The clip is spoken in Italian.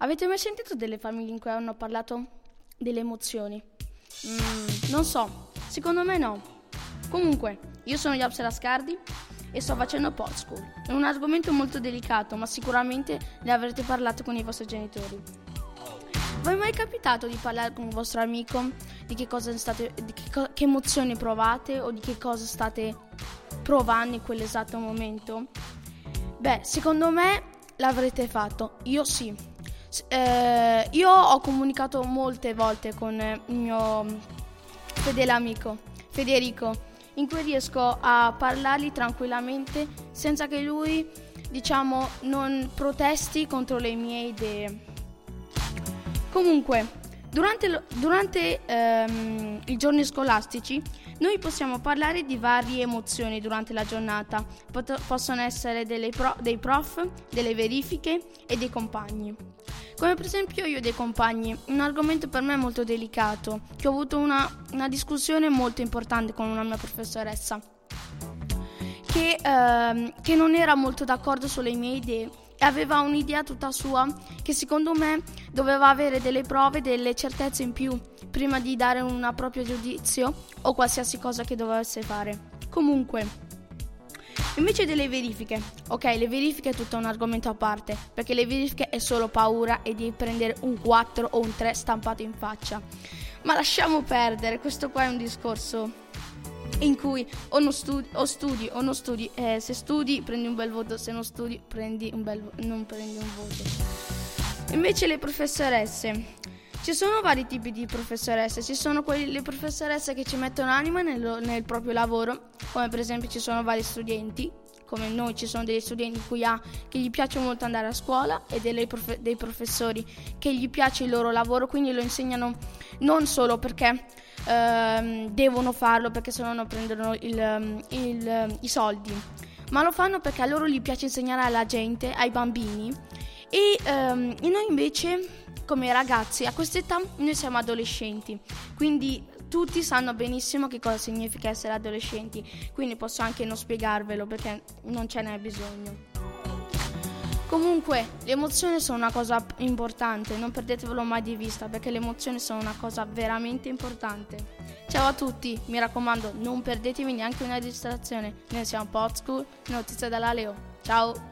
Avete mai sentito delle famiglie in cui hanno parlato delle emozioni? Non so, secondo me no. Comunque, io sono Yapsela Scardi e sto facendo Podschool. È un argomento molto delicato, ma sicuramente ne avrete parlato con i vostri genitori. Vi è mai capitato di parlare con un vostro amico di che cosa state, che emozioni provate o di che cosa state provando in quell'esatto momento? Beh, secondo me l'avrete fatto. Io sì. Io ho comunicato molte volte con il mio fedele amico Federico, in cui riesco a parlargli tranquillamente senza che lui, non protesti contro le mie idee. Comunque, durante i giorni scolastici noi possiamo parlare di varie emozioni durante la giornata. Possono essere dei prof, delle verifiche e dei compagni. Come per esempio io e dei compagni, un argomento per me molto delicato, che ho avuto una discussione molto importante con una mia professoressa, che non era molto d'accordo sulle mie idee e aveva un'idea tutta sua che secondo me doveva avere delle prove, delle certezze in più prima di dare un proprio giudizio o qualsiasi cosa che dovesse fare. Comunque, invece delle verifiche, ok, le verifiche è tutto un argomento a parte, perché le verifiche è solo paura e di prendere un 4 o un 3 stampato in faccia. Ma lasciamo perdere, questo qua è un discorso in cui non studi, se studi prendi un bel voto, se non studi non prendi un voto. Invece le professoresse, ci sono vari tipi di professoresse, ci sono le professoresse che ci mettono anima nel proprio lavoro, come per esempio ci sono vari studenti, come noi ci sono degli studenti che gli piace molto andare a scuola e dei professori che gli piace il loro lavoro, quindi lo insegnano non solo perché devono farlo, perché se no non prendono i soldi, ma lo fanno perché a loro gli piace insegnare alla gente, ai bambini e noi invece come ragazzi a quest'età noi siamo adolescenti, quindi tutti sanno benissimo che cosa significa essere adolescenti, quindi posso anche non spiegarvelo perché non ce n'è bisogno. Comunque, le emozioni sono una cosa importante, non perdetevelo mai di vista perché le emozioni sono una cosa veramente importante. Ciao a tutti, mi raccomando, non perdetevi neanche una distrazione. Noi siamo Podschool, notizie dalla Leo. Ciao!